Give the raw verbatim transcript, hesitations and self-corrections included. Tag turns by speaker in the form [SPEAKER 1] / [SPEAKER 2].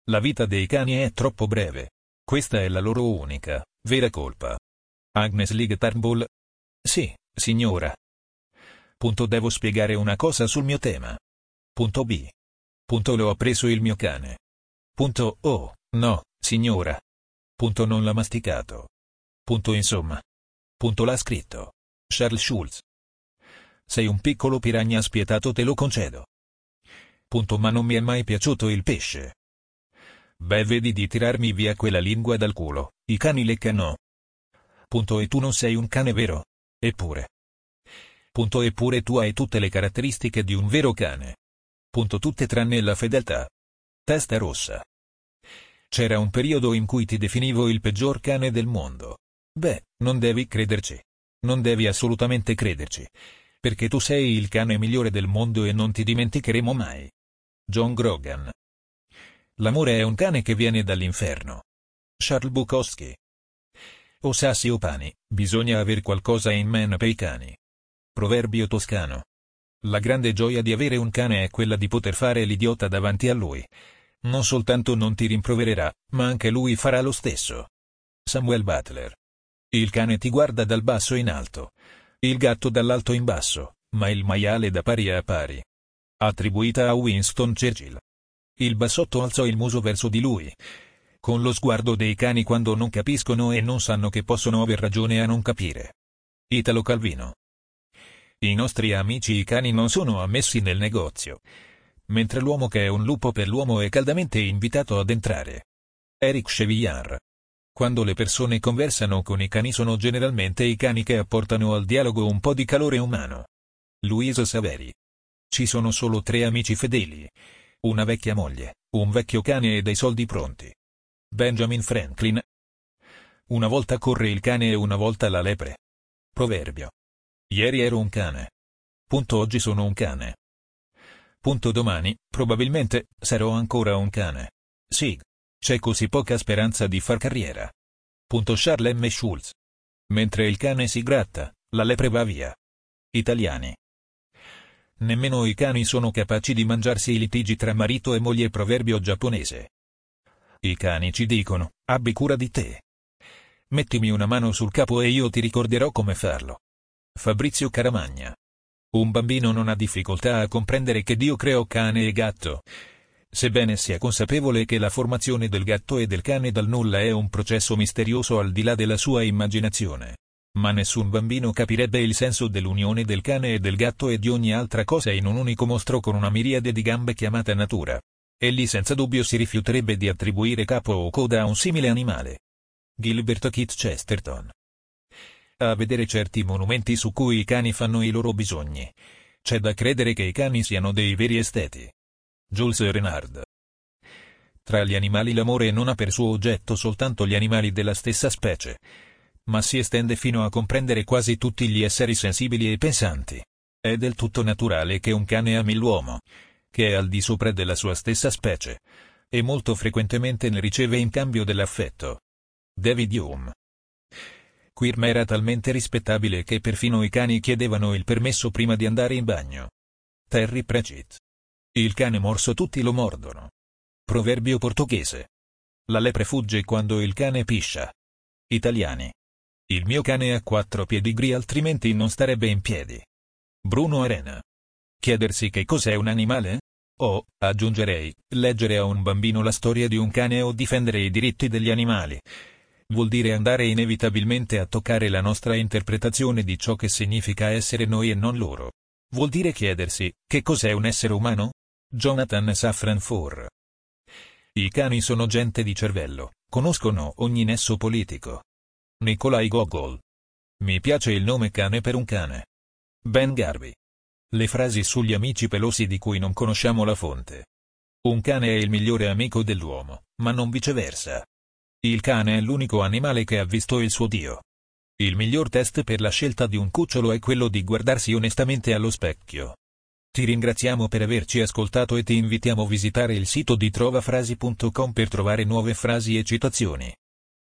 [SPEAKER 1] La vita dei cani è troppo breve. Questa è la loro unica, vera colpa. Agnes Lig Turnbull? Sì, signora. Punto devo spiegare una cosa sul mio tema. Punto B. Punto l'ho preso il mio cane. Punto oh, no, signora. Punto non l'ha masticato. Punto insomma. Punto l'ha scritto. Charles Schulz. Sei un piccolo piranha spietato, te lo concedo. Punto ma non mi è mai piaciuto il pesce. Beh, vedi di tirarmi via quella lingua dal culo, i cani leccano. Punto e tu non sei un cane vero? Eppure. Punto eppure tu hai tutte le caratteristiche di un vero cane. Punto tutte tranne la fedeltà. Testa rossa. C'era un periodo in cui ti definivo il peggior cane del mondo. Beh, non devi crederci. Non devi assolutamente crederci. Perché tu sei il cane migliore del mondo e non ti dimenticheremo mai. John Grogan. L'amore è un cane che viene dall'inferno. Charles Bukowski. O sassi o pani, bisogna aver qualcosa in meno per i cani. Proverbio toscano. La grande gioia di avere un cane è quella di poter fare l'idiota davanti a lui. Non soltanto non ti rimprovererà, ma anche lui farà lo stesso. Samuel Butler. Il cane ti guarda dal basso in alto. Il gatto dall'alto in basso, ma il maiale da pari a pari. Attribuita a Winston Churchill. Il bassotto alzò il muso verso di lui. Con lo sguardo dei cani quando non capiscono e non sanno che possono aver ragione a non capire. Italo Calvino. I nostri amici i cani non sono ammessi nel negozio. Mentre l'uomo che è un lupo per l'uomo è caldamente invitato ad entrare. Eric Chevillard. Quando le persone conversano con i cani sono generalmente i cani che apportano al dialogo un po' di calore umano. Luisa Saveri. Ci sono solo tre amici fedeli. Una vecchia moglie, un vecchio cane e dei soldi pronti. Benjamin Franklin. Una volta corre il cane e una volta la lepre. Proverbio. Ieri ero un cane. Punto oggi sono un cane. Punto domani, probabilmente, sarò ancora un cane. Sì. C'è così poca speranza di far carriera. Punto Charles M. Schulz. Mentre il cane si gratta, la lepre va via. Italiani. Nemmeno i cani sono capaci di mangiarsi i litigi tra marito e moglie. Proverbio giapponese. I cani ci dicono, abbi cura di te. Mettimi una mano sul capo e io ti ricorderò come farlo. Fabrizio Caramagna. Un bambino non ha difficoltà a comprendere che Dio creò cane e gatto. Sebbene sia consapevole che la formazione del gatto e del cane dal nulla è un processo misterioso al di là della sua immaginazione. Ma nessun bambino capirebbe il senso dell'unione del cane e del gatto e di ogni altra cosa in un unico mostro con una miriade di gambe chiamata natura. Egli senza dubbio si rifiuterebbe di attribuire capo o coda a un simile animale. Gilbert Keith Chesterton. A vedere certi monumenti su cui i cani fanno i loro bisogni, c'è da credere che i cani siano dei veri esteti. Jules Renard. Tra gli animali l'amore non ha per suo oggetto soltanto gli animali della stessa specie, ma si estende fino a comprendere quasi tutti gli esseri sensibili e pensanti. È del tutto naturale che un cane ami l'uomo, che è al di sopra della sua stessa specie, e molto frequentemente ne riceve in cambio dell'affetto. David Hume. Quirm era talmente rispettabile che perfino i cani chiedevano il permesso prima di andare in bagno. Terry Pratchett. Il cane morso tutti lo mordono. Proverbio portoghese. La lepre fugge quando il cane piscia. Italiani. Il mio cane ha quattro pedigree altrimenti non starebbe in piedi. Bruno Arena. Chiedersi che cos'è un animale? O, aggiungerei, leggere a un bambino la storia di un cane o difendere i diritti degli animali. Vuol dire andare inevitabilmente a toccare la nostra interpretazione di ciò che significa essere noi e non loro. Vuol dire chiedersi, che cos'è un essere umano? Jonathan Safran Foer. I cani sono gente di cervello, conoscono ogni nesso politico. Nikolai Gogol. Mi piace il nome cane per un cane. Ben Garvey. Le frasi sugli amici pelosi di cui non conosciamo la fonte. Un cane è il migliore amico dell'uomo, ma non viceversa. Il cane è l'unico animale che ha visto il suo Dio. Il miglior test per la scelta di un cucciolo è quello di guardarsi onestamente allo specchio. Ti ringraziamo per averci ascoltato e ti invitiamo a visitare il sito di trovafrasi punto com per trovare nuove frasi e citazioni.